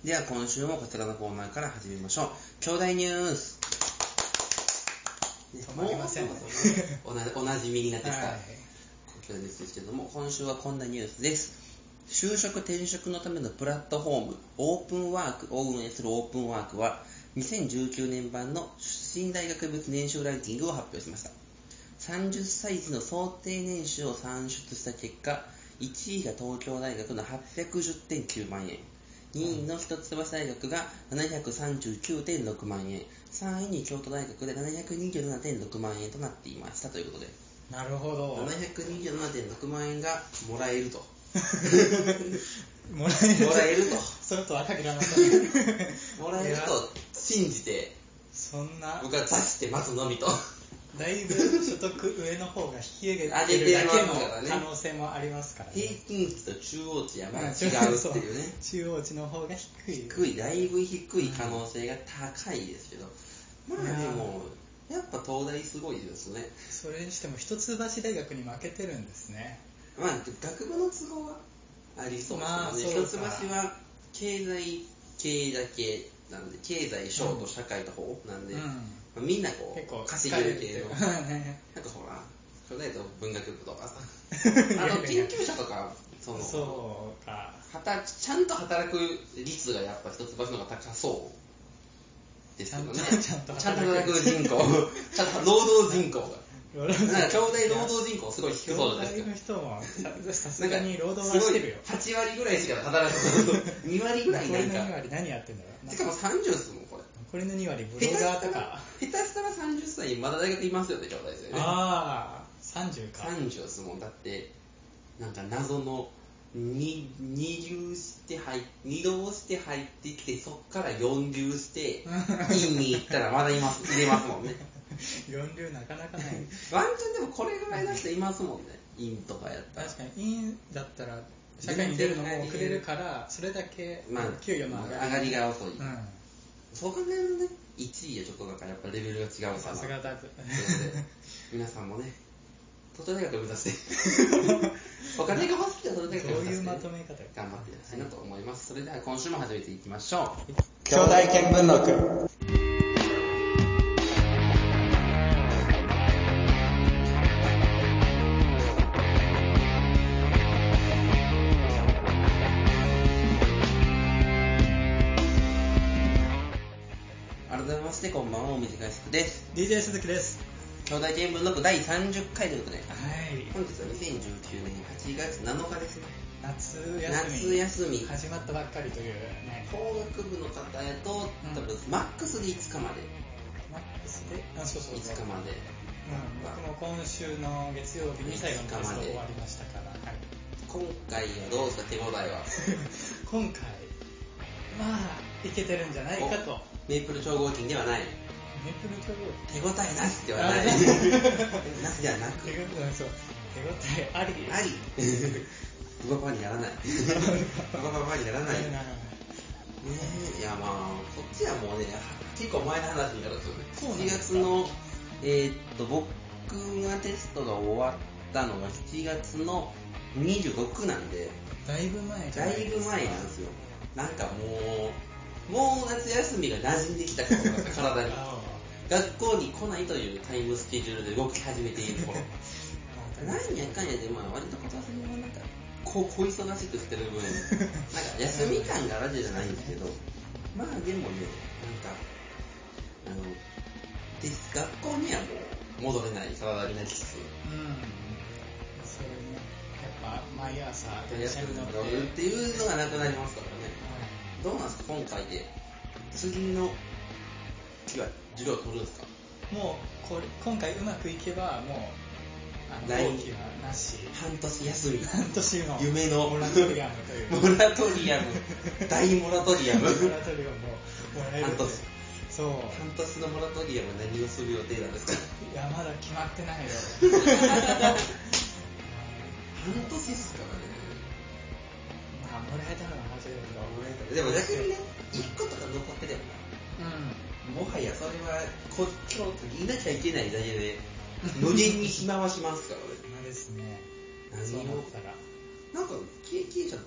では今週もこちらのコーナーから始めましょう。兄弟ニュース。 止まりません。 おなじみになってきた、 はい、 兄弟ニュースですけども、今週はこんなニュースです。就職転職のためのプラットフォームオープンワークを運営するオープンワークは2019年版の出身大学別年収ランキングを発表しました。30歳児の想定年収を算出した結果、1位が東京大学の 810.9 万円、2位の一橋大学が 739.6 万円、3位に京都大学で 727.6 万円となっていましたということで、 なるほど。 727.6 万円がもらえるともらえるとそれとは限らなかったもらえると信じて、 そんな僕は出して待つのみとだいぶ所得上の方が引き上げてるだけの可能性もありますからね。 平均値と中央値はまあ違うっていうね。 中央値の方が低い、だいぶ低い可能性が高いですけど、まあでもやっぱ東大すごいですね。 それにしても一橋大学に負けてるんですね。 まあ学部の都合はありそうですけどね。一橋は経済系だけなんで、経済小と社会と法なんで、みんなこう稼げる系のなんかほら、それだと文学部とかさ研究者とかそうかちゃんと働く率がやっぱ一橋の方が高そうですけどね。ちゃんと働く人口ちゃんと労働人口がなんか兄弟労働人口すごい低そうじゃないですか。 兄弟の人もさすがに労働はしてるよ。 8割ぐらいしか働く2割ぐらいなんか。 残りの2割何やってんだろう。 しかも30っすもんこれ。 残りの2割ブロガーとか。 下手したら30歳にまだ大学いますよね、兄弟ですよね。 ああ、30か。 30っすもん。だってなんか謎の2浪して入ってきて、そっから4流して院に行ったらまだ入れますもんね。 4流なかなかない。 ワンチャンでもこれぐらいの人いますもんね、院とかやったら。 確かに院だったら社会に出るのも遅れるから、それだけ給与の上がりが遅い、そう考えるとね、1位はちょっとなんかやっぱレベルが違うから、 さすがだと皆さんもね、東京大学を目指してお金が欲しいから東京大学を目指して、 そういうまとめ方頑張っていらっしゃいなと思います。それでは今週も始めていきましょう。 兄弟見聞録。 こんばんは、短いすくです。 DJ 鈴木です。 兄弟見聞録第30回ということで、 はい、 本日は2019年8月7日ですね。 夏休み始まったばっかりというね。 工学部の方へと、多分マックスで5日まで。 マックスでそう 5日まで。 僕も今週の月曜日に最後のテスト終わりましたから、はい、 今回はどうですか、手応えは。 今回まあいけてるんじゃないかと。 メープル超合金ではない。 メープル超合金手応えなしではない。なしではなく、 手応えあり。 ブババにならない。ブババにならない。いやまあこっちはもうね、結構前の話になるんですよね。7月の僕がテストが終わったのが7月の26なんで、 だいぶ前なんですよ。なんかもう夏休みが馴染んできた頃なんですよ、体に。学校に来ないというタイムスケジュールで動き始めている頃。何やかんやで、割と今年もなんか小忙しくしてる分、なんか休み感があるわけじゃないんですけど、まあでもね、なんか学校にはもう戻れない体になりつつ、 それね、やっぱ毎朝電車に乗るっていうのがなくなりますからね。どうなんですか、今回で次の期は授業取るんですか。 もう今回うまくいけばもう後期はなし、 半年休み、 半年の夢のモラトリアムというモラトリアム大モラトリアムモラトリアムをもらえる。 半年、 そう、 半年のモラトリアムは何をする予定なんですか。 いやまだ決まってないよ。 半年っすからね。 まあもらえたのは初めてだ。 でも逆にね、1個とか残っててももはやそれは今日いなきゃいけないだけで無限に暇はしますからね。 暇ですね。 何をなんか経験者の方とか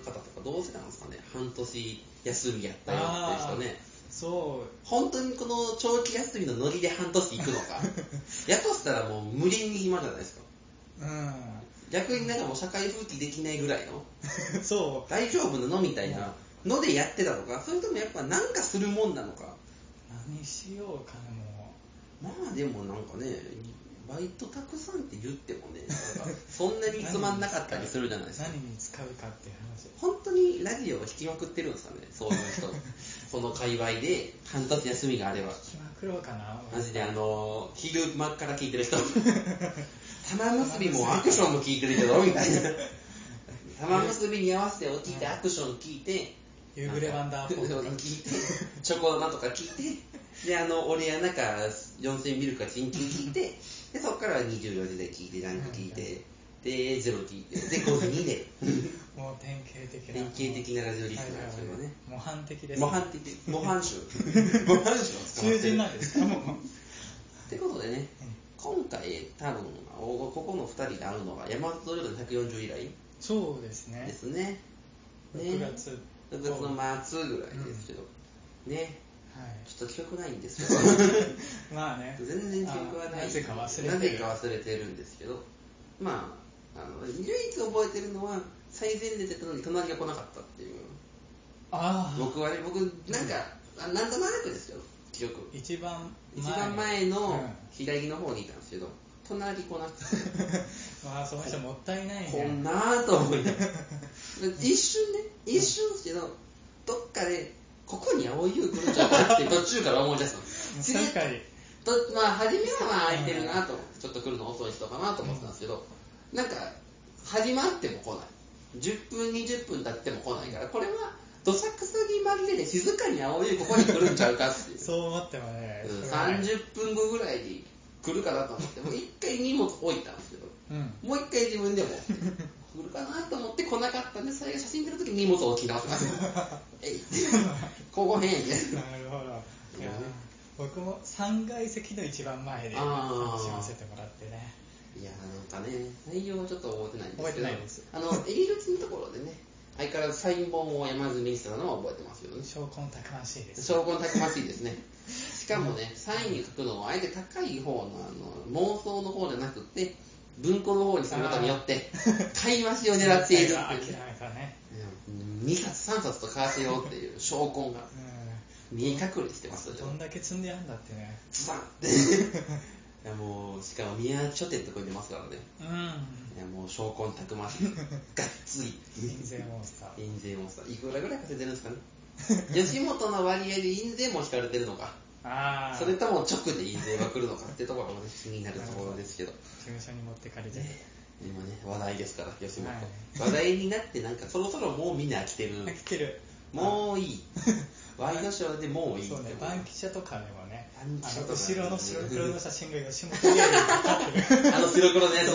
どうせなんですかね、半年休みやったよっていう人ね。 そう本当にこの長期休みのノリで半年行くのかやとしたらもう無限に暇じゃないですか。逆になんかもう社会復帰できないぐらいのそう大丈夫なのみたいなのでやってたのか、それともやっぱなんかするもんなのか。 何しようかね。もまあでもなんかね、バイトたくさんって言ってもね、なんかそんなにつまんなかったりするじゃないですか。 何に使うかっていう話。 本当にラジオを弾きまくってるんですかね、そういう人その界隈で半年休みがあれば弾きまくろうかな。 マジで昼間から聞いてる人玉結びもアクションも聞いてるけどみたいな玉結びに合わせて起きてアクション聞いて、 夕暮れワンダーフォール聞いてチョコ玉とか聞いて、で俺やなんか4000ミルかチンキン聞いて、でそこからは24時で聞いて、ジャンク聞いて、でゼロ聞いて、で5時に寝るもう典型的なラジオリスナーですけどね。 模範的です、ね、 模範集模範集囚人なんですかもうってことでね、今回多分ここの2人で会うのが山里亮太の140以来そうですねですね。 6月の末ぐらいですけど、ね、 はい、 ちょっと記憶ないんですけどまあね、 全然記憶はない。 なぜか忘れてるんですけど、まあ唯一覚えてるのは最前列でたのに隣が来なかったっていう。僕はね、なんかなんとなくですよ、記憶。一番前の左の方にいたんですけど、隣来なくてまあその人もったいないね。 こんなーと思いながら一瞬ですけど、どっかでここに青い優来るんちゃうかって途中から思い出したの。 確かにまあ初めはまあ空いてるなと思って、ちょっと来るの遅い人かなと思ってたんですけど、なんか始まっても来ない、10分20分経っても来ないから、これはどさくさに紛れで静かに青い優ここに来るんちゃうかっていうそう思ってもね、 30分後ぐらいに来るかなと思って、もう一回荷物置いたんですけど、もう一回自分でも来るかなと思って来なかったんで、最後写真撮るときに荷物を置き直しますえいここへんみたいな。 なるほど。いや僕も3階席の一番前で楽しませてもらってね。 いやなんかね、内容はちょっと覚えてないんですけど、 覚えてないです。 入り口のところでね、相変わらずサイン本を山積みにしたのは覚えてますけどね。 証拠たくましいです、 ね。証拠たくましいですね。しかもね、サインに書くのはあえて高い方の妄想の方じゃなくて、文庫の方にすることによって、買い増しを狙っているっていう、 諦めたね。 2冊3冊と買わせようっていう証拠が見え隠れしてますよね。 どんだけ積んであんだってね。 ズバンっていやもうしかも宮城書店ってこに出ますからね。いやもう証拠たくましいがっつり印税モンスターいくらぐらい稼いでるんですかね吉本の割合で印税も引かれてるのかそれとも直で印税が来るのかっていうところも、ね、気になるところですけど、 事務所に持ってかれて、 今ね話題ですから吉本、話題になってなんかそろそろもうみんな飽きてるもういいワイドショーでもういい。 そうね、バンキシャとかでもね、後ろの白黒の写真が吉本芸人にかかってる白黒のやつ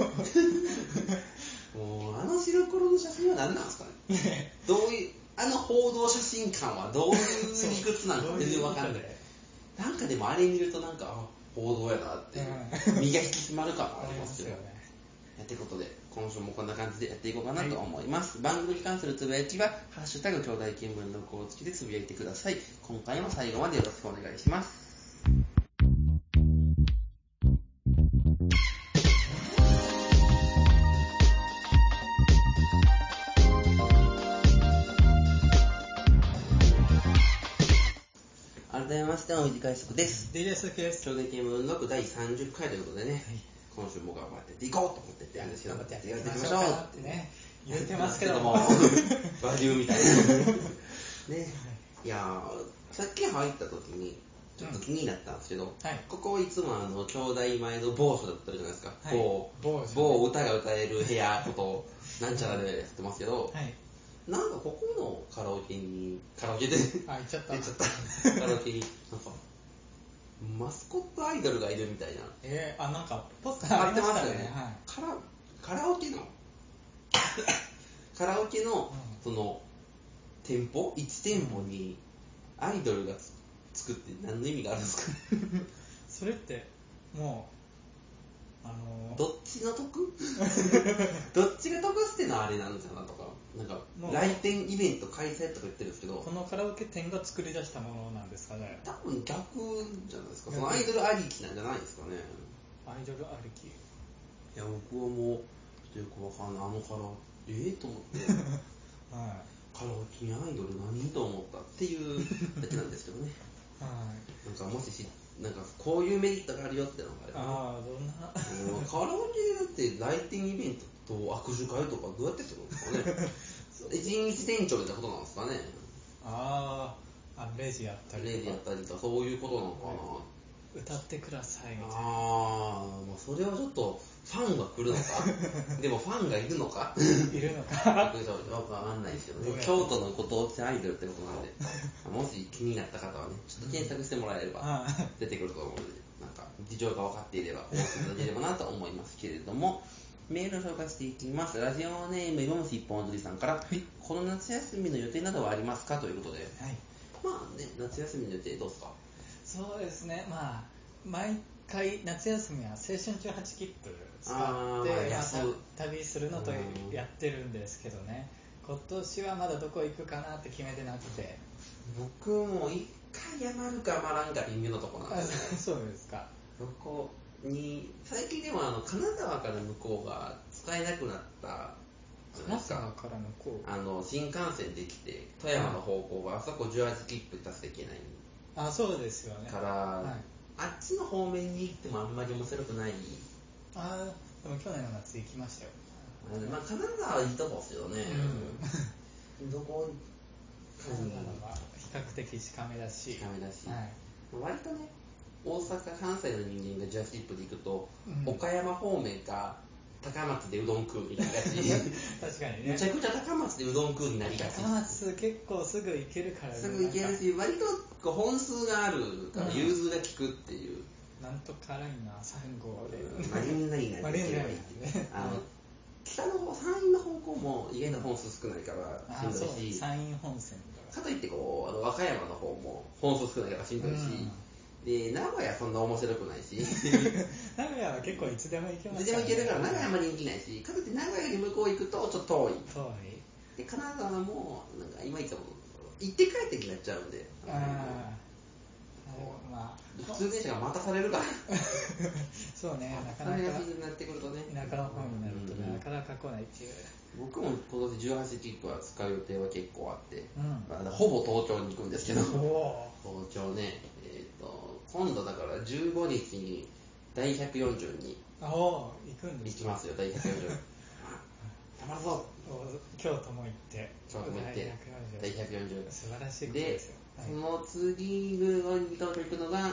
もう白黒の写真は何なんですかねどういう報道写真館はどういう理屈なのか全然わかんない。なんかでもあれ見るとなんか報道やなって身が引き締まる感もありますよね。ということで今週もこんな感じでやっていこうかなと思います、番組に関するつぶやきはハッシュタグ兄弟見聞録をつけてつぶやいてください。今回も最後までよろしくお願いします。改めましてお短い速です。 兄弟見聞録第30回ということでね、今週も頑張っていこうと思ってってやるんですけど、やっていきましょうってね言ってますけども和牛みたいなね。いやさっき入った時にちょっと気になったんですけど、ここいつも兄弟前の某所だったじゃないですか、某歌が歌える部屋ことなんちゃらでやってますけど、なんかここのカラオケで行っちゃったカラオケになんかマスコットアイドルがいるみたいな、 なんかポスターありましたね。 カラオケのその店舗1店舗にアイドルが作って何の意味があるんですかそれってもうどっちの得どっちが得してのあれなんじゃなとか、なんか来店イベント開催とか言ってるんですけど、 このカラオケ店が作り出したものなんですかね。 多分逆じゃないですか。そのアイドルありきなんじゃないですかね。 アイドルありき。 いや、僕はもうちょっとよくわかんない、あのカラオケと思って、はい、カラオケにアイドル何と思ったっていうだけなんですけどね。はい、なんかもしなんかこういうメリットがあるよってのがあれば、ね、どんなカラオケだって来店イベントと握手会とかどうやってするんですかね。一日店長みたいなことなんですかね。 レジやったりとか。 レジやったりとか、そういうことなのかな。 歌ってくださいみたいな。 それはちょっとファンが来るのかでもファンがいるのかいるのかわかんないですよね。京都のご当地アイドルってことなんで、もし気になった方はね、ちょっと検索してもらえれば出てくると思うので、なんか事情が分かっていればお待ちいただければなと思いますけれども、メールを紹介していきます。ラジオネーム今虫一本踊りさんから、この夏休みの予定などはありますかということで、まあね、夏休みの予定どうですか？ そうですね、まあ毎回夏休みは青春18切符使って旅するのとやってるんですけどね、今年はまだどこ行くかなって決めてなくて。 僕も一回山るか余らんか微妙なとこなんですね。 そうですか。 そこに最近でも金沢から向こうが使えなくなった金沢から向こう新幹線できて富山の方向はあそこ18切符出していけないそうですよねから、あっちの方面に行ってもあんまり面白くない。 でも去年の夏行きましたよ。 まあ金沢はいいとこですよね。どこ金沢は比較的近めだし、 割とね、大阪、関西の人間が18切符で行くと、岡山方面か高松でうどん食うになりがち。 確かにね。 めちゃくちゃ高松でうどん食うになりがち。 高松結構すぐ行けるからね。 すぐ行けるし、割と本数があるから融通が利くっていう。 なんとかライナー3号で。 マリンライナーで行ければいいってね。北の方、山陰の方向も意外と本数少ないからしんどいし、 山陰本線かといって和歌山の方も本数少ないからしんどいし、で名古屋そんな面白くないし名古屋は結構いつでも行けますから、ね、いつでも行けるから名古屋あんまり人気ないし、かといって名古屋より向こう行くとちょっと遠いで、金沢もなんかいまいち行って帰ってになっちゃうんで、普通電車が待たされるからそうね、なかなかそれがになってくるとね、 田舎の方になるとなかなか来ないっていう。 僕も今年18切符は使う予定は結構あって、ほぼ東京に行くんですけど、東京ね、今度だから15日に第140に行くんですか？行きますよ、第140。たまるぞ。 京都も行って、 第140。 素晴らしいことですよ。 その次に東京行くのが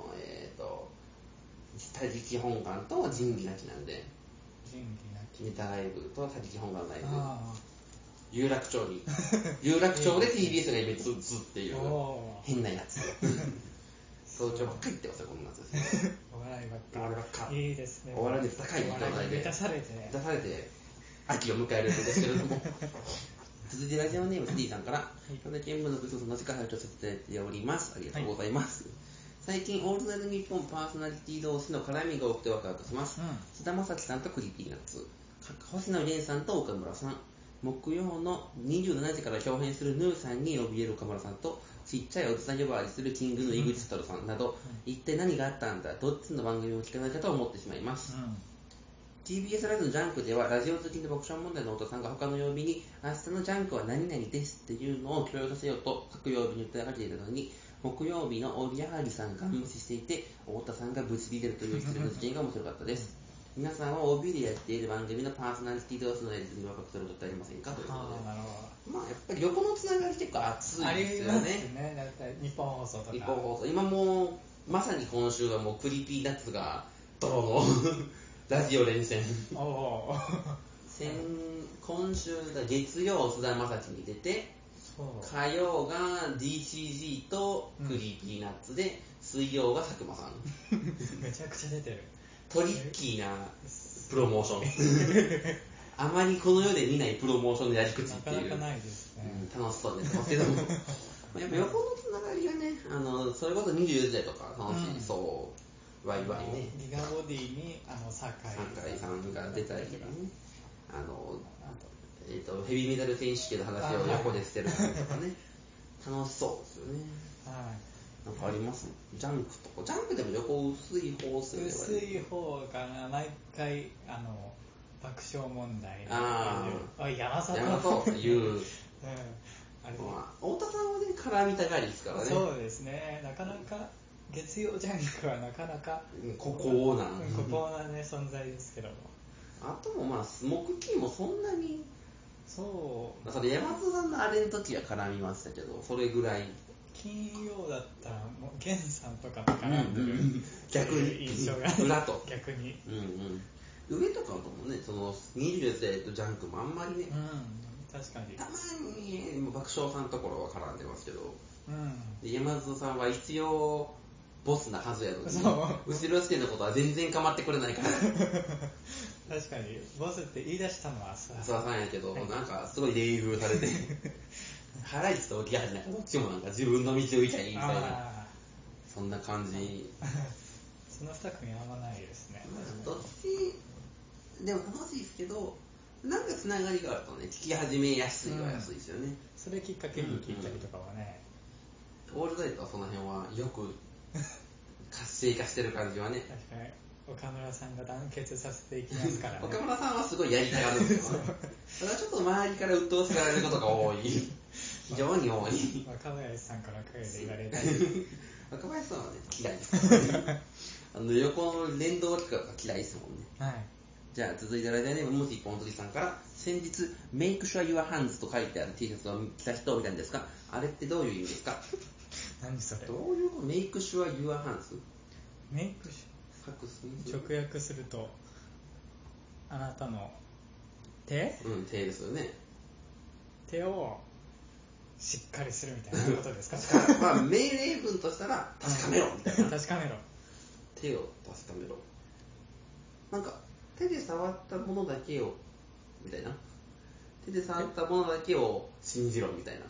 他力本願と仁義なきなんで、ネタライブと他力本願ライブ、有楽町で TBS がイベント打つっていう変なやつ。東京ばっかり行ってますよ、この夏ですね。 お笑いばっかいいですね。 お笑い熱高い状態で満たされて秋を迎えるんですけれども続いてラジオネームスティさんから、この見聞の部署の時間配置をさせていただいております。ありがとうございます。最近オールナイトニッポンパーソナリティ同士の絡みが多くてワクワクします。菅田将暉さんとクリーピーナッツ、星野源さんと岡村さん、木曜の27時から表現するヌーさんに怯える岡村さんと、ちっちゃいおじさん呼ばわりするキングの井口太さんなど、一体何があったんだ、どっちの番組を聞かないかと思ってしまいます。TBS ラジオのジャンクではラジオ好きの爆笑問題の太田さんが他の曜日に明日のジャンクは何々ですっていうのを共有させようと各曜日に訴えかけていたのに、木曜日のおぎやはぎさんが無視していて、太田さんがブチ切れるという一連の事件が面白かったです。皆さんは OB でやっている番組のパーソナリティ同士のやり取りにワクワクすることってありませんかということで、まあやっぱり横のつながり結構熱いですよね。 だって日本放送とか。 日本放送、今もうまさに今週はもうクリピーナッツがドロのラジオ連戦。今週だ月曜菅田将暉に出て、火曜が DCG とクリーピーナッツで、水曜が佐久間さん。 めちゃくちゃ出てる。 トリッキーなプロモーション。あまりこの世で見ないプロモーションのやり口っていう。 なかなかないですね。 楽しそうにやってますけども。やっぱ横のつながりがね、それこそ24時台とか楽しそう。 ワイワイね、 ギガボディに酒井さんが出たりね、ヘビーメタル選手権の話を横でしてるとかね、楽しそうですよね。なんかあります？ジャンクとか、ジャンクでも横薄い方ですよね。 薄い方かな、毎回爆笑問題山里という、太田さんはね、絡みたがりですからね。 そうですね、なかなか月曜ジャンクはなかなか孤高なね存在ですけども、 あとも木金もそんなに、 それ山津さんのあれの時は絡みましたけど、それぐらい。 金曜だったらもう源さんとかと絡んでる逆に印象が裏と逆に上とかもね、その20代とジャンクもあんまりね、 確かにたまに爆笑さんのところは絡んでますけど、山津さんは一応ボスなはずやのに、後ろしてのことは全然構ってくれないから確かにボスって言い出したのは浅田さんやけど、なんかすごい冷遇されてハライチと起き始めたらどっちもなんか自分の道を行きゃいいみたいな、そんな感じその2組あんまないですね。 どっちでも楽しいですけど、なんかつながりがあるとね、聞き始めやすいは安いですよね。 それきっかけに聞いたりとかはね、 オールナイトはその辺はよく活性化してる感じはね。 確かに岡村さんが団結させていきますからね。 岡村さんはすごいやりたがるんですよね。ただちょっと周りから鬱陶しがられることが多い。非常に多い。 若林さんから声で言われたり。 若林さんはね、嫌いです。横の連動企画が嫌いですもんね。 はい。 じゃあ続いてラジオネームもしぽんとりさんから、先日メイクシュアユアハンズと書いてある T シャツを着た人を見たんですが、あれってどういう意味ですか？ 何それ？ どういうこと？メイクシュアユアハンズ？ メイクシュ直訳すると、あなたの手？ 手ですよね。 手をしっかりするみたいなことですか？ 命令文としたら確かめろみたいな。 確かめろ。 手を確かめろ。なんか手で触ったものだけをみたいな。手で触ったものだけを信じろみたいな。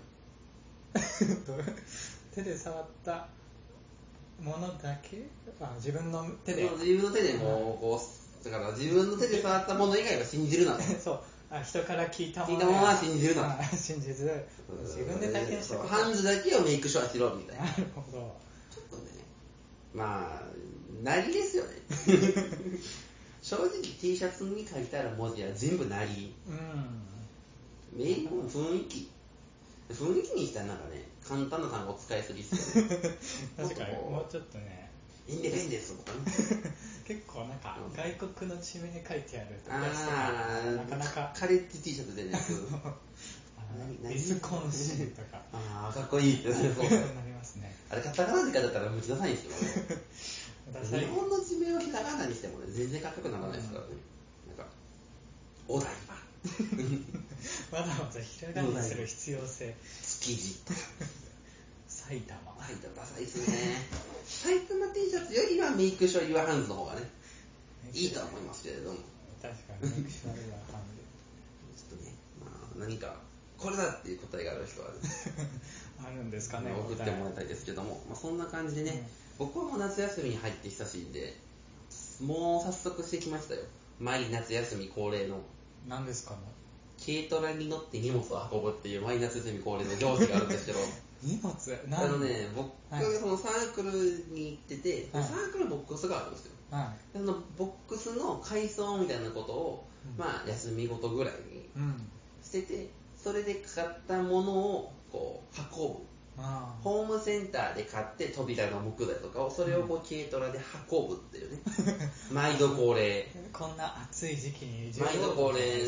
手で触ったものだけ？自分の手で。 自分の手でもこう、だから自分の手で触ったもの以外は信じるなと。 そう。人から聞いたものは信じるな。 信じず、自分で体験したこと。 ハンズだけをメイクシュアしろみたいな。 なるほど。 ちょっとね、なりですよね。正直 T シャツに書いてある文字は全部なり。メイクの雰囲気にしたらなんかね、簡単な単語を使いすぎですよね。 確かに、もうちょっとね。 インデペンデンスとかね。 結構なんか外国の地名書いてあるとかなかなかカレッジ T シャツでね、 ビスコンシンとかかっこいいってなりますね。 あれカタカナで書いてあったらむちダサいんですよね。日本の地名をひらがなにしてもね、全然かっこよくならないですからね。なんかお台場わざわざひらがなにする必要性。 築地埼玉ダサいですね。埼玉 T シャツよりはメイクシュアユアハンズの方がね、いいとは思いますけれども。 確かにメイクシュアユアハンズ。 ちょっとね、何かこれだっていう答えがある人は、ね、 あるんですかね。 送ってもらいたいですけども、そんな感じでね、僕はもう夏休みに入って久しいんで、もう早速してきましたよ。毎夏休み恒例の。 何ですかね。 軽トラに乗って荷物を運ぶっていう毎夏休み恒例の行事があるんですけど。 荷物？ 僕そのサークルに行ってて、サークルボックスがあるんですよ。そのボックスの改装みたいなことを、休みごとぐらいにしてて、それで買ったものをこう運ぶ。ホームセンターで買って扉の木材とかをそれをこう軽トラで運ぶっていうね。毎度恒例。 こんな暑い時期に毎度恒例、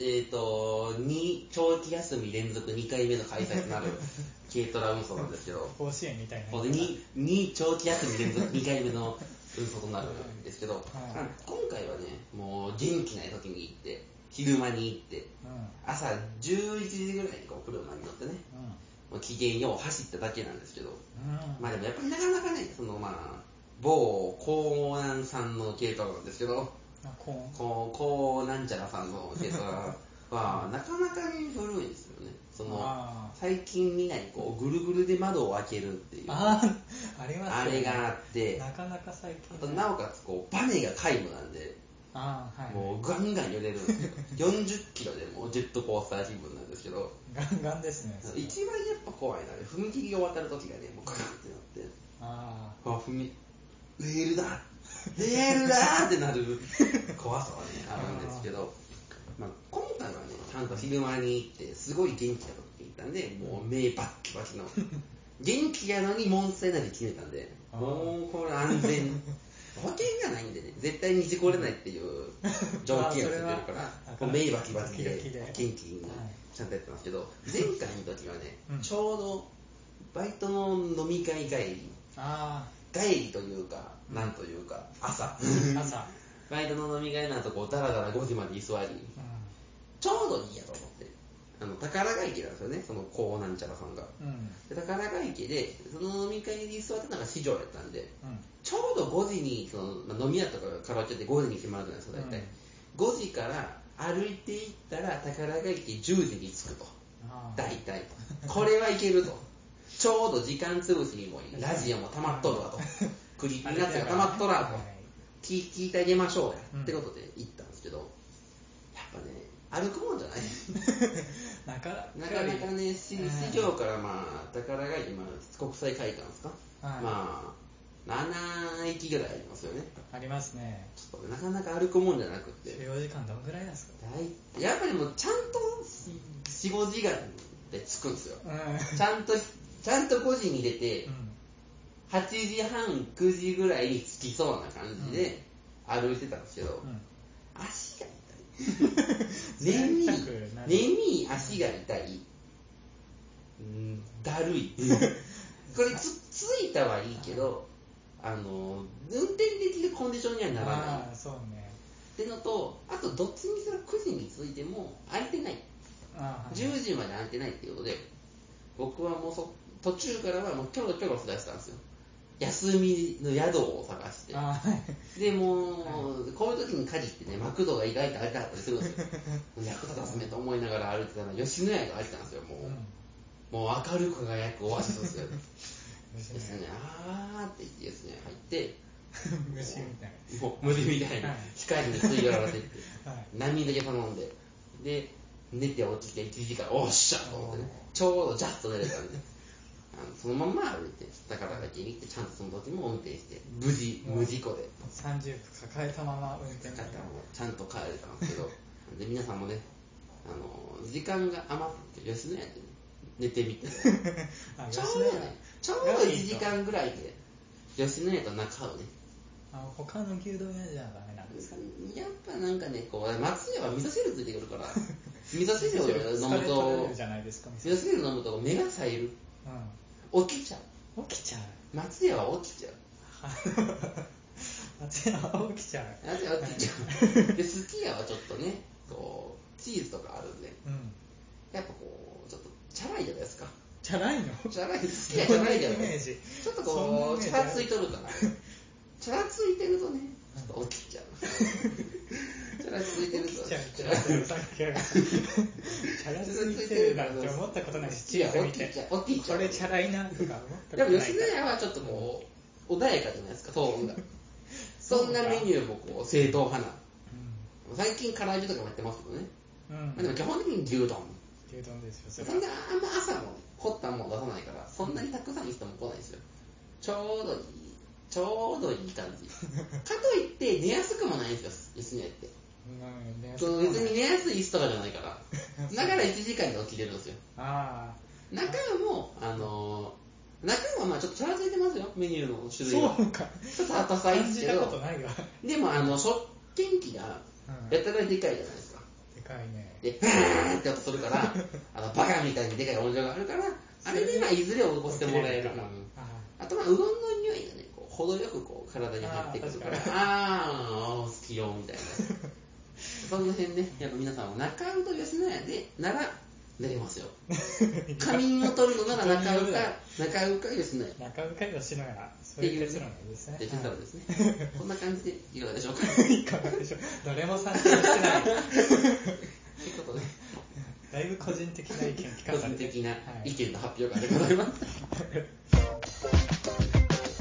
長期休み連続2回目の開催となる軽トラ運送なんですけど、 甲子園みたいな。 長期休み連続2回目の運送となるんですけど、今回はね、もう元気ない時に行って、昼間に行って、朝11時ぐらいにこう車に乗ってね、機嫌よう走っただけなんですけど、でもやっぱりなかなかね、某江南さんの軽トラなんですけど、江なんちゃらさんの軽トラはなかなかに古いんですよね。最近みんなにこうぐるぐるで窓を開けるっていう。 ありますあれがあって、 なかなか最近、 あとなおかつこうバネが皆無なんで、もうガンガン揺れるんですよ。40キロでもうジェットコースター気分なんですけど、 ガンガンですね。 一番やっぱ怖いのは踏切を渡るときがね、もうガーンってなって、レールだってなる怖さはね、あるんですけど、今回はね、ちゃんと昼間に行って、すごい元気だとって言ったんで、もう目バッキバキの、元気やのにモンスターエナジー決めたんで、もうこれ安全。保険がないんでね、絶対に事故れないっていう条件をつけてるから、目バキバキで元気にちゃんとやってますけど、前回の時はね、ちょうどバイトの飲み会帰りというか、なんというか、朝バイトの飲み会なんとこうダラダラ5時まで居座り、ちょうどいいやと思って、宝ヶ池なんですよね、そのこうなんちゃらさんが。で宝ヶ池で、その飲み会に居座ってたのが市場やったんで、ちょうど5時にその、飲み屋とかカラオケって5時に決まるじゃないですか、大体。5時から歩いていったら宝ヶ池10時に着くと。大体。これはいけると。ちょうど時間潰しにもいい。ラジオも溜まっとるわと。クリーピーナッツが溜まっとらと。聞いてあげましょうや。ってことで行ったんですけど、やっぱね、歩くもんじゃないなかなかね、市場から宝ヶ池、国際会館ですか、7駅ぐらいありますよね。 ありますね。 ちょっとなかなか歩くもんじゃなくて。 4時間どんぐらいなんですか？ やっぱりもうちゃんと4、5時間で着くんですよ。ちゃんと5時に出て、8時半、9時ぐらいに着きそうな感じで歩いてたんですけど、足が痛い。眠い足が痛い。だるい。これ着いたはいいけど、運転できるコンディションにはならない。 そうね。 ってのと、あとどっちにしろ9時に着いても空いてない。10時まで空いてないっていうことで、僕はもう途中からはもうキョロキョロしだしたんですよ。休みの宿を探して。で、もう、こういう時に限ってね、マクドが意外と空いてあったりするんですよ。役立たずめと思いながら歩いてたら、吉野家が空いてたんですよ、もう明るく輝くオアシスですよ。ですね、って言ってですね、入って、 虫みたいな。もう虫みたいに、光に吸い寄られてって、波だけ頼んで、で、寝て起きて1時間、おっしゃと思ってね、ちょうどジャスト寝れたんで、そのまま歩いて、宝ヶ池に行って、ちゃんとその時も運転して、無事故で。 30分抱えたまま運転して。 ちゃんと帰れたんですけど、で、皆さんもね、時間が余って、吉野家で寝てみて、ちょうど1時間ぐらいで、吉野家と中尾ね。 他の牛丼屋じゃダメなんですか？ やっぱなんかね、松屋は味噌汁ついてくるから、味噌汁を飲むと、味噌汁飲むと目が冴える。起きちゃう。松屋は起きちゃう。 松屋は起きちゃう。で、すき家はちょっとね、チーズとかあるんで、やっぱちょっとチャラいじゃないですか。 チャラいの？ チャラい、すき家チャラいじゃない。ちょっとチャラついとるから。チャラついてるとね、ちょっと起きちゃう。チャラついてると。 チャラついてるなんて思ったことないし、チーズ見て。これチャラいなとか思ったことない。 でも吉野家はちょっと穏やかじゃないですか、トーンが。そんなメニューも正統派な。最近唐揚げとかもやってますけどね。でも基本的に牛丼ですよ。そんなあんま朝も凝ったもの出さないから、そんなにたくさんの人も来ないですよ。ちょうどいい感じ。かといって寝やすくもないんですよ、吉野家って。別に寝やすい椅子とかじゃないから。だから1時間で起きれるんですよ。中もちょっとチャラついてますよ、メニューの種類が。ちょっと後サイズですけど。でも食券機がやたらでかいじゃないですか。 でかいね。 で、バーンって音するから、バカみたいにでかい音量があるから、あれでいずれ起こしてもらえる。あとうどんの匂いがね、程よく体に入ってくるから、好きよみたいな。その辺ね、やっぱ皆さんは中尾と吉野家でなら寝れますよ。仮眠を取るのなら中尾か吉野家。 中尾か吉野家。そういう結論ですね。 ですね。こんな感じでいかがでしょうか。 いかがでしょう。誰も参加してない。ということで、 だいぶ個人的な意見聞かされて。 個人的な意見の発表会でございます。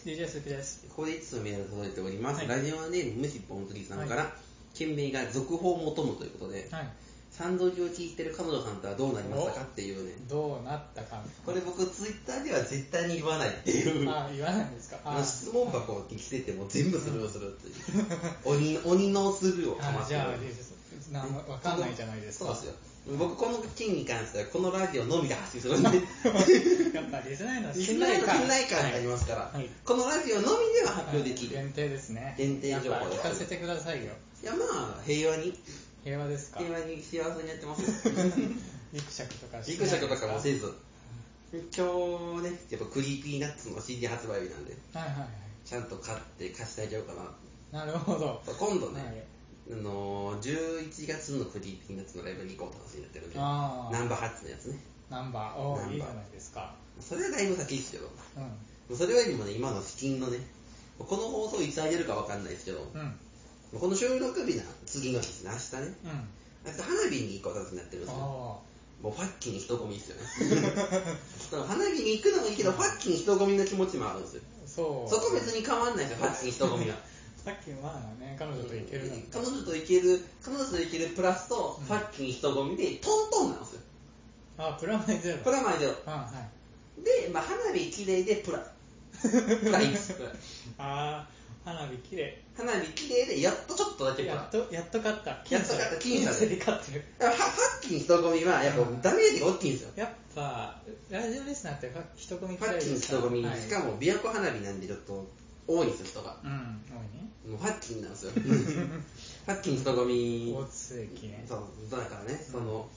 DJ 鈴木です。 ここでいつもメール届いております。 はい、 ラジオネームむしぽんつぎさんから、件名が続報を求むということで、賛同を聞いてる彼女さんとはどうなりましたかっていうね。 どうなったか。 これ僕ツイッターでは絶対に言わないっていう。 言わないんですか。 質問箱に来てても全部スルーするっていう。鬼のスルーをかましてる。 じゃあわかんないじゃないですか。 そうですよ。僕この件に関してはこのラジオのみで発信するんでやっぱリスナーの信頼感がありますから、このラジオのみでは発表できる、 限定ですね。 限定情報です。 聞かせてくださいよ。 いやまあ平和にですか。 平和に幸せにやってますギクシャクとかギクシャクとかもせず、今日ねやっぱクリーピーナッツの CD 発売日なんで、ちゃんと買って貸してあげようかな。 なるほど。 今度ね、11月のクリーピーナッツのライブに行こうと話になってるんで、ナンバー8のやつね。 ナンバー、いいじゃないですか。 それはだいぶ先ですけど、それよりもね、今の資金のね、この放送いつあげるかわかんないですけど、この収録日の次の日ですね、明日ね、明日花火に行こうとになってるんですよ。もうファッキーに人混みですよね。花火に行くのもいいけど、ファッキーに人混みの気持ちもあるんですよ。そこ別に変わんないですよ、ファッキーに人混みは。 さっきはね、彼女と行ける彼女と行けるプラスと、ファッキーに人混みでトントンなんですよ。 プラマイゼロ。 プラマイゼロ。で、まあ、花火綺麗でプラいいです。 花火綺麗。 花火綺麗でやっとちょっとだけプラ。 やっと勝った。 僅差で勝ってる。 ファッキーに人混みはやっぱダメージが大きいんですよ。 やっぱラジオリスナーって人混みファッキーに人混み、しかも琵琶湖花火なんでちょっと多いんですよ、人が。 多いね。 もうファッキーなんですよ。ファッキーに人混み。 交通駅ね。 そうだからね、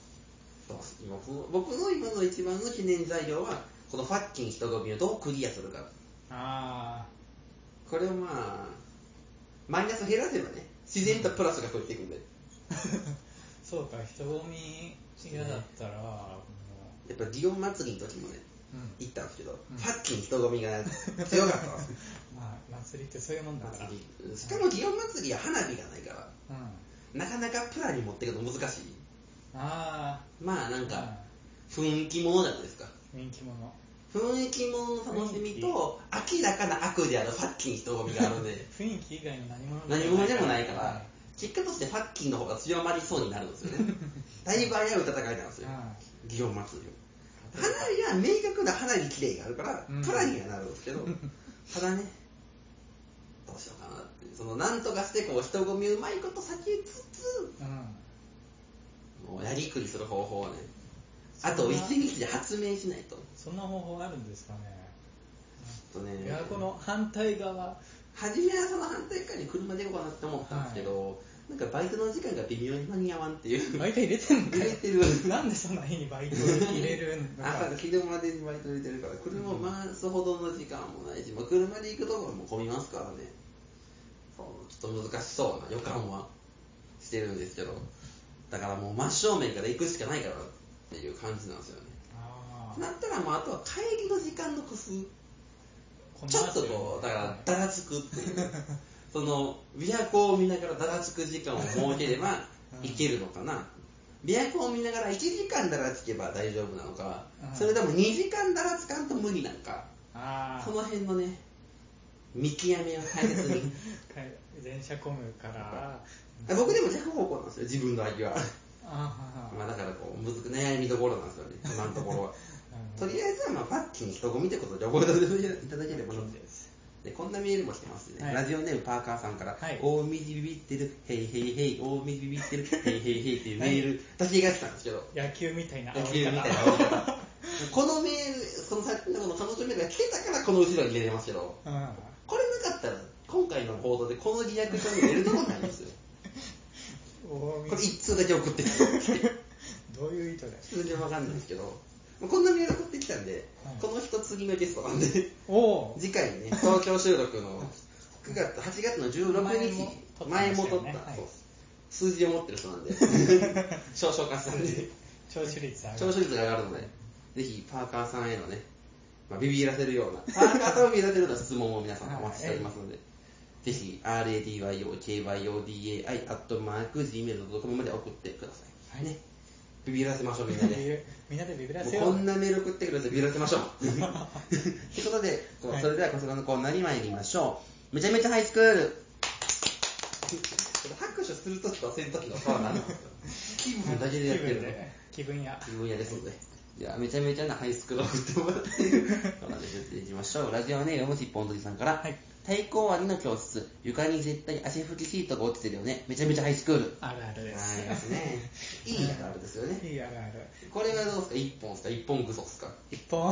僕の今の一番の記念材料はこのファッキーに人混みをどうクリアするか。これをまあマイナス減らせばね、自然とプラスが増えていくんで。 そうか、人混み嫌だったらやっぱ祇園祭りの時もね、行ったんですけど、ファッキーに人混みが強かったんですよ。 祭りってそういうもんだから。 しかも祇園祭りは花火がないから、なかなかプラに持っていくの難しい。まあなんか雰囲気ものじゃないですか。 雰囲気ものの楽しみと明らかな悪であるファッキーに人混みがあるんで雰囲気以外の何者でもないから、結果としてファッキーの方が強まりそうになるんですよね。だいぶ危うい戦いなんですよ、祇園祭りは。花火は明確な花火綺麗があるからプラにはなるんですけど、ただね、どうしようかなって、なんとかして人混みうまいこと避けつつ、もうやりくりする方法をね、あと一日で発明しないと。 そんな方法あるんですかね。いや、この反対側、 初めはその反対側に車で行こうかなって思ったんですけど、なんかバイトの時間が微妙に間に合わんっていう。 バイト入れてるのか。 入れてる。 なんでそんな日にバイト入れるのか。 朝昼までにバイト入れてるから、車を回すほどの時間もないし、車で行くところも混みますからね。ちょっと難しそうな予感はしてるんですけど、だからもう真正面から行くしかないからっていう感じなんですよね。なったらあとは帰りの時間の工夫、ちょっとだからだらつくっていう琵琶湖を見ながらだらつく時間を設ければいけるのかな。琵琶湖を見ながら1時間だらつけば大丈夫なのか、それでも2時間だらつかんと無理なのか、その辺のね見極めを大切に。 電車混むから僕でも逆方向なんですよ、自分の味は。だから悩みどころなんですよね、今のところは。とりあえずはファッキーに人混みってことで覚えていただければな。でこんなメールも来てますね、ラジオネームパーカーさんから、大水ビビってるヘイヘイヘイ、大水ビビってるヘイヘイヘイっていうメールだけが来たんですけど、 野球みたいな煽り方。このメール、さっきの彼女メールが来てたからこの後ろに入れれますけど、これなかったら今回の報道でこのリアクションに入れるとこないんですよ。これ一通だけ送ってきてどういう意図で全然わかんないですけど、こんなメール送ってきたんで、この人次のゲストなんで次回ね、東京収録の8月の16日前も取った、数字を持ってる人なんで少々化したんで聴取率が上がるので、ぜひパーカーさんへのね、ビビらせるようなパーカーさんをビビらせるような質問を皆さんお待ちしておりますので、ぜひ radyokyodai@gmail.com まで送ってください、ね。 ビビらせましょう、みんなで。 みんなでビビらもうせよう。 こんなメール送ってくるとビビらせましょう。ということで、それではこちらのコーナーに参りましょう。めちゃめちゃハイスクール。拍手するときとせんときの差は何なんですか？気分だけでやってるの。 気分屋ですので。じゃあ、めちゃめちゃなハイスクールを送ってもらっている。そうなんです。いきましょう。ラジオネームしっぽんとじさんから。 はい。 太鼓終わりの教室、床に絶対足拭きシートが落ちてるよね。めちゃめちゃハイスクール。 あるあるです。 ありますね。いいあるあるですよね。 いいあるある。 これはどうですか？一本ですか？一本ぐそですか？ 一本。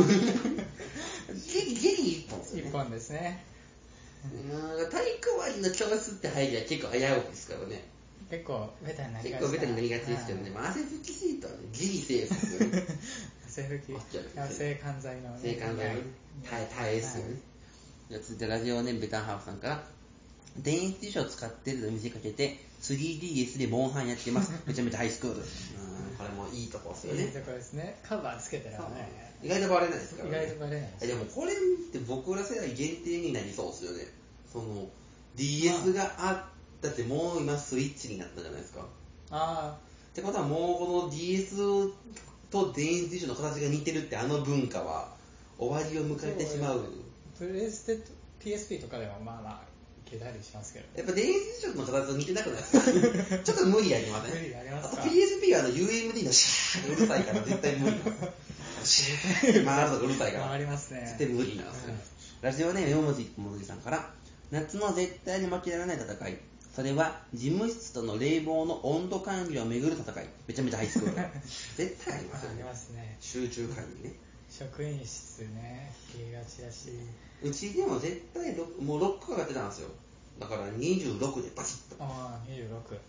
ゲリ一本ですね。 一本ですね。 体育終わりの教室って入りは結構危ういですからね。 結構ベタになりがち。 結構ベタになりがちですけどね。汗拭きシートはね、ギリセーフですよね。 汗拭き。制汗剤のね。 制汗剤の耐えですよね。じゃあ続いてラジオネームベタンハーフさんから。電子辞書を使ってると見せかけて 3DS でモンハンやってます。めちゃめちゃハイスクール。これもいいとこですよね。 いいとこですね。カバーつけてらね。 意外とバレないですからね。 意外とバレないです。 でもこれって僕ら世代限定になりそうですよね。その DS があったってもう今スイッチになったじゃないですか。ってことはもうこの DS と電子辞書の形が似てるってあの文化は終わりを迎えてしまう。 プレステ PSP とかでもまあまあいけたりしますけど。 やっぱ電子辞書の形と似てなくないですか？ちょっと無理ありません？ 無理ありますか？ あと PSP はUMD のシャーがうるさいから絶対無理なんですよ。シャー回るのがうるさいから。 回りますね。 絶対無理なんですよ。ラジオネームよもじもじさんから、夏の絶対に負けられない戦い。それは事務室との冷房の温度管理をめぐる戦い。めちゃめちゃハイスクール。絶対ありますよね。 ありますね。 集中管理ね。 職員室ね、消えがちだし。 うちでも絶対もうロックがやってたんですよ。だから26でバチッと。 ああ、26。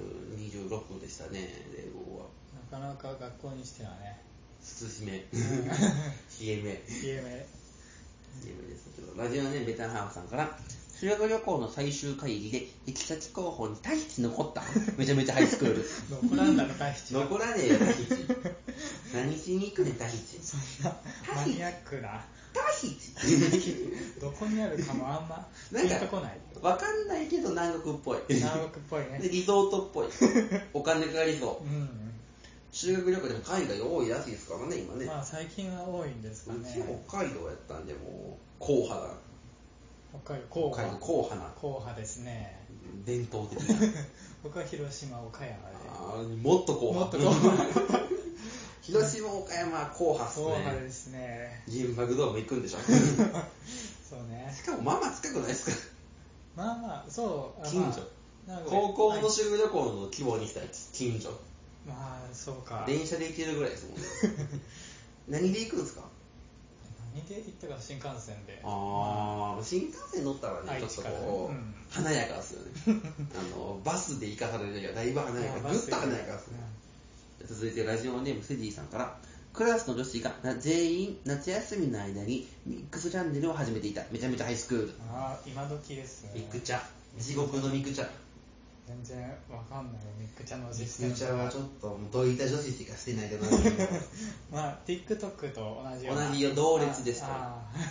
26でしたね、冷房は。 なかなか学校にしてはね。 涼め。冷えめ。 冷えめですけど、ラジオネームベタンハーフさんから、修学旅行の最終会議で行き先候補にタヒチ残った。めちゃめちゃハイスクール。 残らんだろ、タヒチ。 残らねえよ、タヒチ。何しに行くね、タヒチ。 そんなマニアックな。 タヒチどこにあるかもあんまピンとこない。 わかんないけど南国っぽい。 南国っぽいね。 で、リゾートっぽい。お金かかりそう。 うん。 修学旅行でも海外多いらしいですからね、今ね。 まあ最近は多いんですかね。 うち北海道やったんで、もう、硬派だ。 北海道硬派な。 硬派ですね。 伝統的な。 僕は広島、岡山で。 もっと硬派。 もっと硬派。 広島、岡山は硬派っすね。 硬派ですね。 ジンバグドーム行くんでしょ。 そうね。 しかもまあまあ近くないですか？ まあまあ、そう。 近所。高校の修学旅行の規模にしたら近所。 まあ、そうか。 電車で行けるぐらいですもんね。何で行くんですか？ 何で行ったか新幹線で。 新幹線乗ったらね、ちょっとこう、華やかですよね。バスで行かされるよりはだいぶ華やか。ぐっと華やかですね。続いてラジオネームセジーさんから、クラスの女子が全員夏休みの間にミックスチャンネルを始めていた。めちゃめちゃハイスクール。 今時ですね。 ミックチャ。地獄のミックチャ。 全然わかんないよ、ミックチャのシステム。 ミックチャはちょっとどいた女子しかしてないけどまあ TikTok と同じような。 同じよ、同列ですから。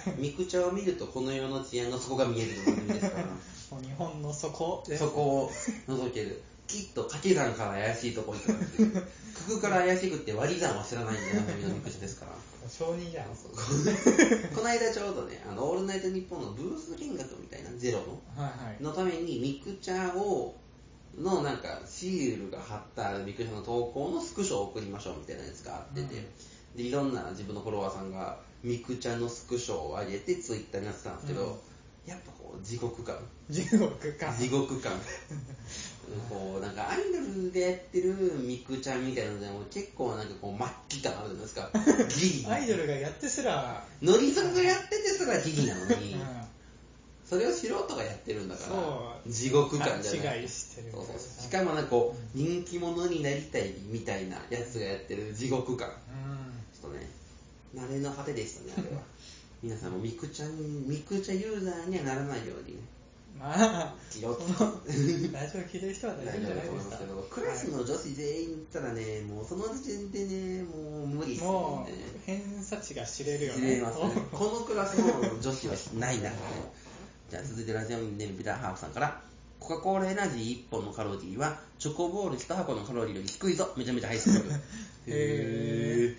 ミックチャを見るとこの世の治安の底が見えるという意味ですから。 もう日本の底です。 そこを覗ける。きっと掛け算から怪しいとこ行くっていう。九九から怪しくって割り算は知らないんだよ、ミックチャですから。 小児じゃん。 この間ちょうどね、オールナイトニッポンのブース見学みたいな、ゼロのためにミクチャのなんかシールが貼ったミクチャの投稿のスクショを送りましょうみたいなやつがあってて、でいろんな自分のフォロワーさんがミクチャのスクショを上げてツイッターになってたんですけど、やっぱこう地獄感こうなんかアイドルでやってるミクチャみたいなのでも結構なんかこう末期感あるじゃないですか。ギリアイドルがやってすらノリソクがやっててすらギリなのに、それを素人がやってるんだから地獄感じゃない。 勘違いしてる。 しかもなんかこう人気者になりたいみたいなやつがやってる地獄感、ちょっとね慣れの果てでしたね、あれは。皆さんもミクチャユーザーにはならないようにね。 まあ、 気をつけて。 ラジオ聞いてる人は大丈夫じゃないですか。 クラスの女子全員行ったらね、もうその時点でね、もう無理っすよね。 もう偏差値が知れるよね。 知れますね。このクラスの女子はないな。じゃあ続いてラジオネームビターハーフさんから、 コカ・コーラエナジー1本のカロリーはチョコボール1箱のカロリーより低いぞ。めちゃめちゃハイスクール。へ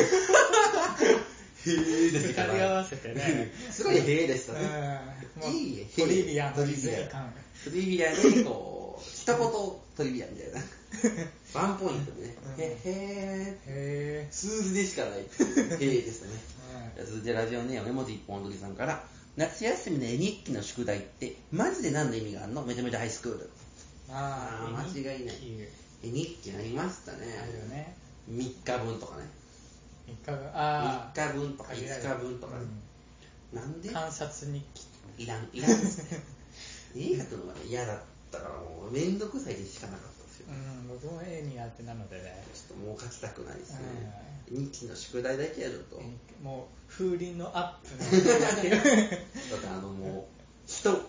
ーですから。 光り合わせてね。 すごいへーでしたね。 いいトリビアのリズム感。 トリビアでこう一言トリビアみたいな。ワンポイントでね。へー。数字でしかない。へーですね。続いてラジオネーム絵文字一本鳥さんから。夏休みの絵日記の宿題ってマジで何の意味があるの？めちゃめちゃハイスクール。間違いない。絵日記ありましたね。 あるよね。 3日分とかね。3日分とか5日分とかね。なんで観察日記。 いらんですね。絵描くのが嫌だったからもうめんどくさいでしかなかったですよ。 僕も絵苦手なのでね。 ちょっともう描きたくないですね。日記の宿題だけやると。 もう風鈴のアップのだってもう人とかね。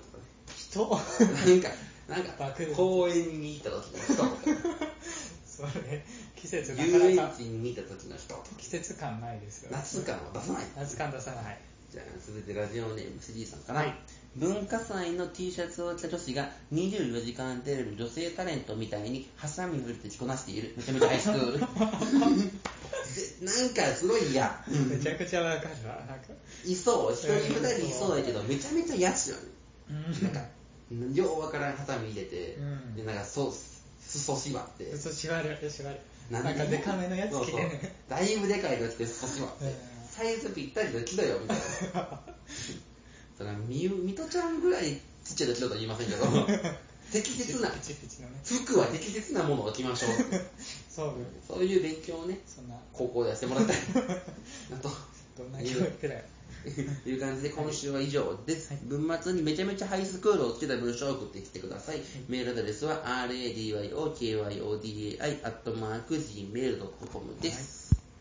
なんか公園に行った時の人とか。 それ季節遊園地に行った時の人。 季節感ないですよ。 夏感は出さない。 夏感出さない。 じゃあ続いてラジオネームシリーさんから、文化祭の T シャツを着た女子が24時間テレビの女性タレントみたいにハサミを入れて着こなしている。めちゃめちゃハイスクール。なんかすごい嫌。 めちゃくちゃわかるわ。 いそう、一人二人いそうだけどめちゃめちゃ嫌っすよね。なんかようわからんハサミ入れて、でなんか裾縛って。 裾縛る。なんかデカめのやつ着てね。 だいぶでかいの着て裾縛って。サイズぴったりの着ろよみたいな。それはミトちゃんぐらいちっちゃいの着ろとは言いませんけど、適切な服は適切なものを着ましょう。そういう勉強をね、高校でやってもらいたい。 どんな教育だよ。 いう感じで今週は以上です。文末にめちゃめちゃハイスクールをつけた文章を送ってきてください。メールアドレスは radyokyodai@gmail.com です。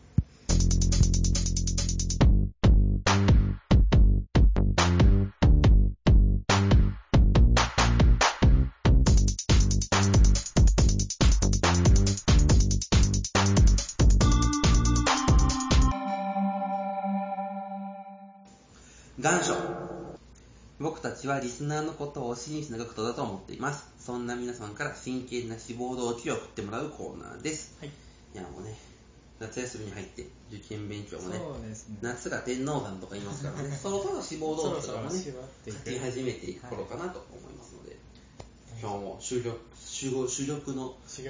願書。僕たちはリスナーのことを真摯な学徒だと思っています。そんな皆さんから真剣な志望動機を送ってもらうコーナーです。いやもうね、夏休みに入って受験勉強もね、夏が天皇山とか言いますからね、そろそろ志望動機とかもね、書き始めていく頃かなと思いますので、今日も主力の志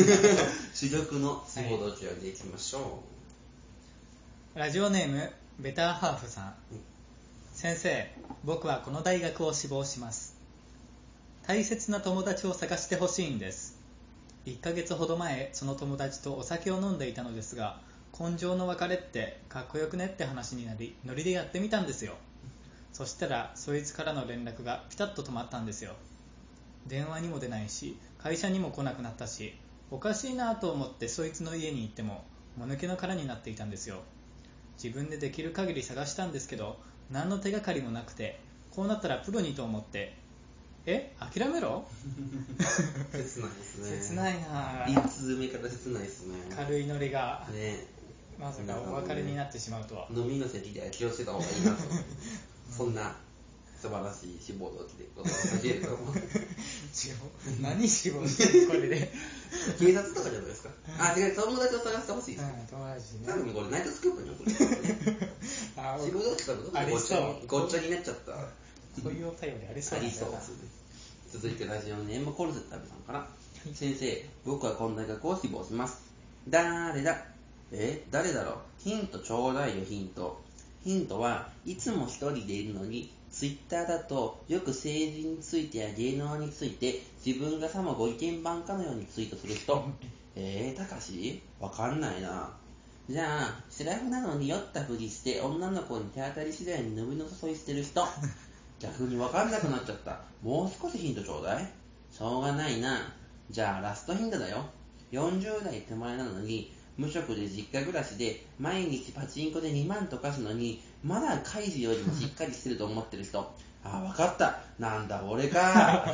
望動機を見ていきましょう。ラジオネームベターハーフさん。先生、僕はこの大学を志望します。大切な友達を探してほしいんです。1ヶ月ほど前、その友達とお酒を飲んでいたのですが、根性の別れってかっこよくねって話になり、ノリでやってみたんですよ。そしたらそいつからの連絡がピタッと止まったんですよ。電話にも出ないし、会社にも来なくなったし、おかしいなと思ってそいつの家に行ってももぬけの殻になっていたんですよ。自分でできる限り探したんですけど、何の手がかりもなくて、こうなったらプロにと思って、諦めろ切ないですね。 切ないな。 1通目から切ないですね。 軽いノリが、 ね、 まさかお別れになってしまうとは。 飲みの席では気をつけた方がいいなとそんな素晴らしい志望動機でございますけれども何志望してるこれで警察とかじゃないですか。違う、友達を探してほしいですよ。 友達ね。 多分これナイトスクープに送るんですよね。志望動機多分ごっちゃになっちゃった。 そういうお便りありそうですね。 続いてラジオネームコルセッタブさんから。先生、僕はこの大学を志望します。誰だ？誰だろう？ヒントちょうだいよ、ヒント。ヒントはいつも一人でいるのに、ツイッターだとよく政治についてや芸能について自分がさもご意見番かのようにツイートする人。たかし？わかんないな。じゃあ、シラフなのに酔ったふりして女の子に手当たり次第に飲みの誘いしてる人。逆にわかんなくなっちゃった。もう少しヒントちょうだい。しょうがないな。じゃあラストヒントだよ。40代手前なのに無職で実家暮らしで毎日パチンコで2万とかすのにまだカイジよりもしっかりしてると思ってる人。わかった。なんだ俺か。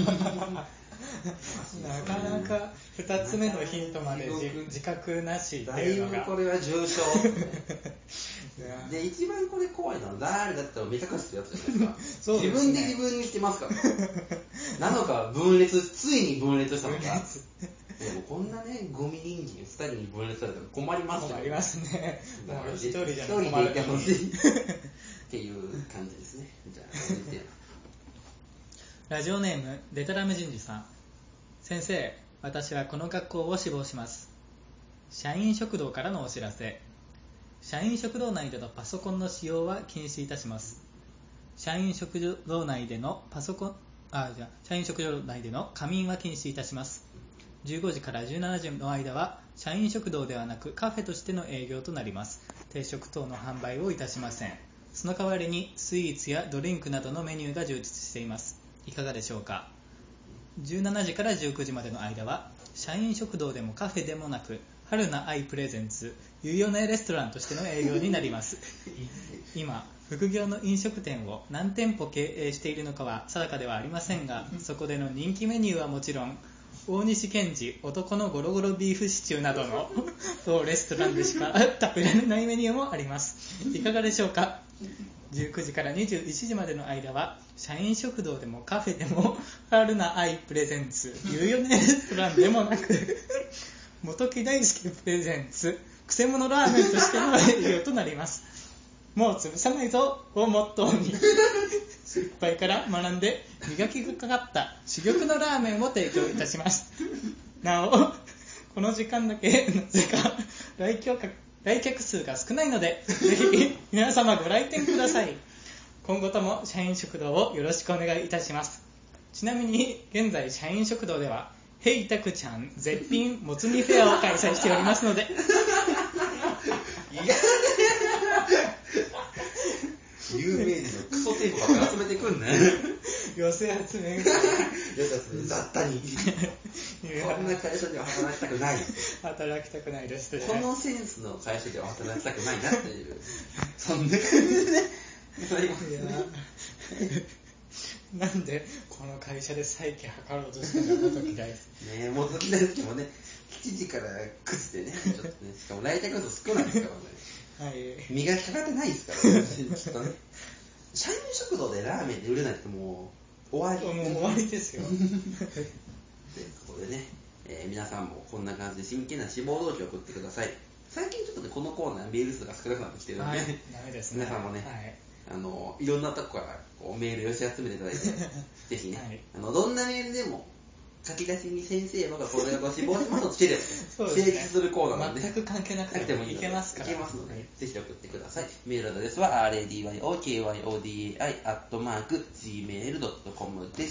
なかなか2つ目のヒントまで自覚なしっていうのがだいぶこれは重症。 で一番これ怖いのは誰だったら目隠しするやつじゃないですか。 そうですね、 自分で自分にしてますからなのかついに分裂したのか。でもこんなねゴミ人間2人に分裂されたら困りますよね。 困りますね。もう一人じゃ困る困るっていう感じですね。じゃあ続いてラジオネームデタラメ人事さん。先生、私はこの学校を志望します。社員食堂からのお知らせ。社員食堂内でのパソコンの使用は禁止いたします。社員食堂内での社員食堂内での仮眠は禁止いたします。15時から17時の間は社員食堂ではなくカフェとしての営業となります。定食等の販売をいたしません。その代わりにスイーツやドリンクなどのメニューが充実しています。いかがでしょうか。17時から19時までの間は社員食堂でもカフェでもなく春菜愛プレゼンツゆいよねレストランとしての営業になります今副業の飲食店を何店舗経営しているのかは定かではありませんが、そこでの人気メニューはもちろん大西賢治男のゴロゴロビーフシチューなどの当レストランでしか食べられないメニューもあります。いかがでしょうか。19時から21時までの間は社員食堂でもカフェでも春菜愛プレゼンツゆいよねレストランでもなく元木大輔プレゼンツくせ者ラーメンとしての営業となります。もう潰さないぞをモットーに失敗から学んで磨きがかかった珠玉のラーメンを提供いたします。なおこの時間だけなぜか来客数が少ないのでぜひ皆様ご来店ください。今後とも社員食堂をよろしくお願いいたします。ちなみに現在社員食堂ではヘイタクちゃん絶品もつ煮フェアを開催しておりますので有名人のクソテープばっかり集めてくんね寄せ集め雑多にこんな会社では働きたくない働きたくないですね。 このセンスの会社では働きたくないなっていうそんな感じでねなんでこの会社で再起図ろうとしてるの元木大輔ね、元木大輔もね7時から9時でねちょっとねしかも来客数少ないですからね、はい、磨きかかってないですからねきっとね社員食堂でラーメンで売れないってもう終わりもう終わりですよでここでね、皆さんもこんな感じで真剣な志望動機を送ってください。最近ちょっとねこのコーナーメール数が少なくなってきてるので、 はい、ダメですね、 皆さんもね、はい、いろんなとこからこうメール寄せ集めていただいてぜひね、はい、どんなメールでも書き出しに先生僕はこれを志望しますとつけて成立するコーナーなんで全く関係なくてもいけますからいけますので、はい、ぜひ送ってください。メールアドレスは radyokyodai@gmail.com です。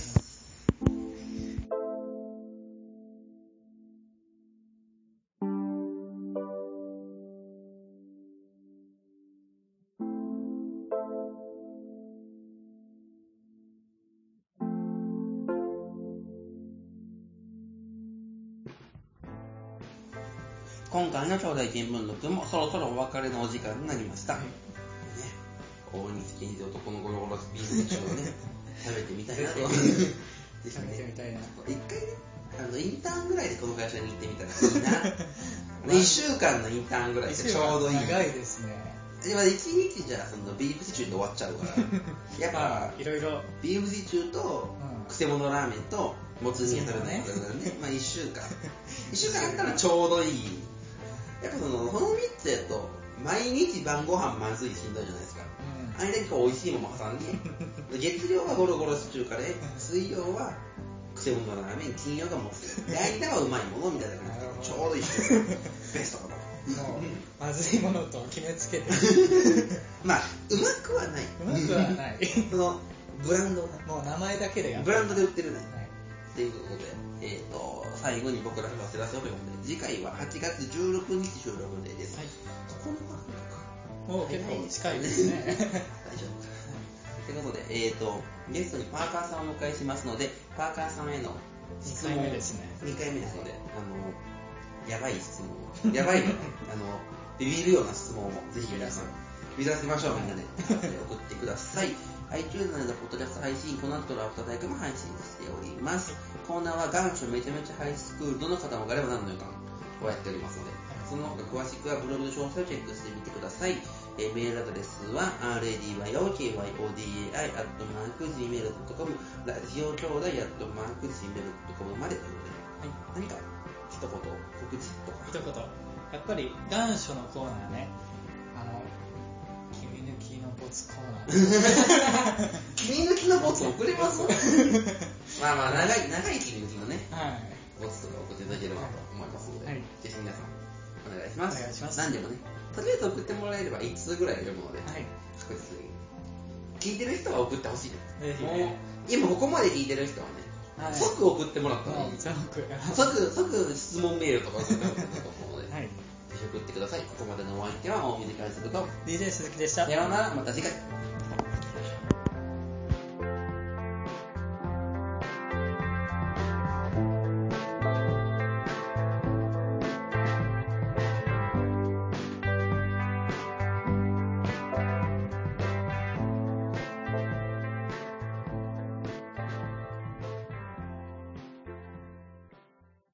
今回の兄弟見聞録もそろそろお別れのお時間になりました、ね、大西健二男のゴロゴロスピードシチューをね食べてみたいなとぜひね一回ねインターンぐらいでこの会社に行ってみたらいいな1週間のインターンぐらいでちょうどいい。 長いですね。 でも1日じゃそのビーフシチューで終わっちゃうからやっぱいろいろビーフシチューとくせ者ラーメンともつ煮が食べないからね、まあ1週間あったらちょうどいい。やっぱこの3つやと毎日晩ご飯まずいしんどいじゃないですか、あれだけ美味しいものも挟んで月曜はゴロゴロシチューカレー、水曜はくせ者ラーメン、金曜がもつ煮、間はうまいものみたいな感じでちょうどいいしベストかともうまずいものと決めつけてまあうまくはないそのブランドもう名前だけでやってるブランドで売ってるね、ということで最後に僕らがお知らせを読んで次回は8月16日収録デーです、はい、9日かもう結構近いですね大丈夫かということで、ゲストにパーカーさんをお迎えしますのでパーカーさんへの質問 2回目ですね 2回目ですので、やばい質問やばいビビるような質問をぜひ皆さんビビらせましょう。みんなで送ってくださいiTunes などのポッドキャスト配信、この後のアフタータイクも配信しております。コーナーは願書めちゃめちゃハイスクールどの方もがれば何の予感をやっておりますので、 その他詳しくはブログの詳細をチェックしてみてください。メールアドレスは radyokyodai@gmail.com ラジオ兄弟 @gmail.com までということで、何か一言告知とか一言やっぱり願書のコーナーね、君抜きのボツコーナー君抜きのボツ送れますまあ長い君抜きのね、ボツとか送っていただければと思いますので、ぜひ皆さんお願いします。何でもね、とりあえず送ってもらえれば1通ぐらい読むので、確実に聞いてる人は送ってほしいです。もう今ここまで聞いてる人はね、即送ってもらったらいい。即質問メールとか送ってもらったと思うので、ぜひ送ってください。ここまでのお相手は大水海賊と DJ 鈴木でした。 さようなら、また次回。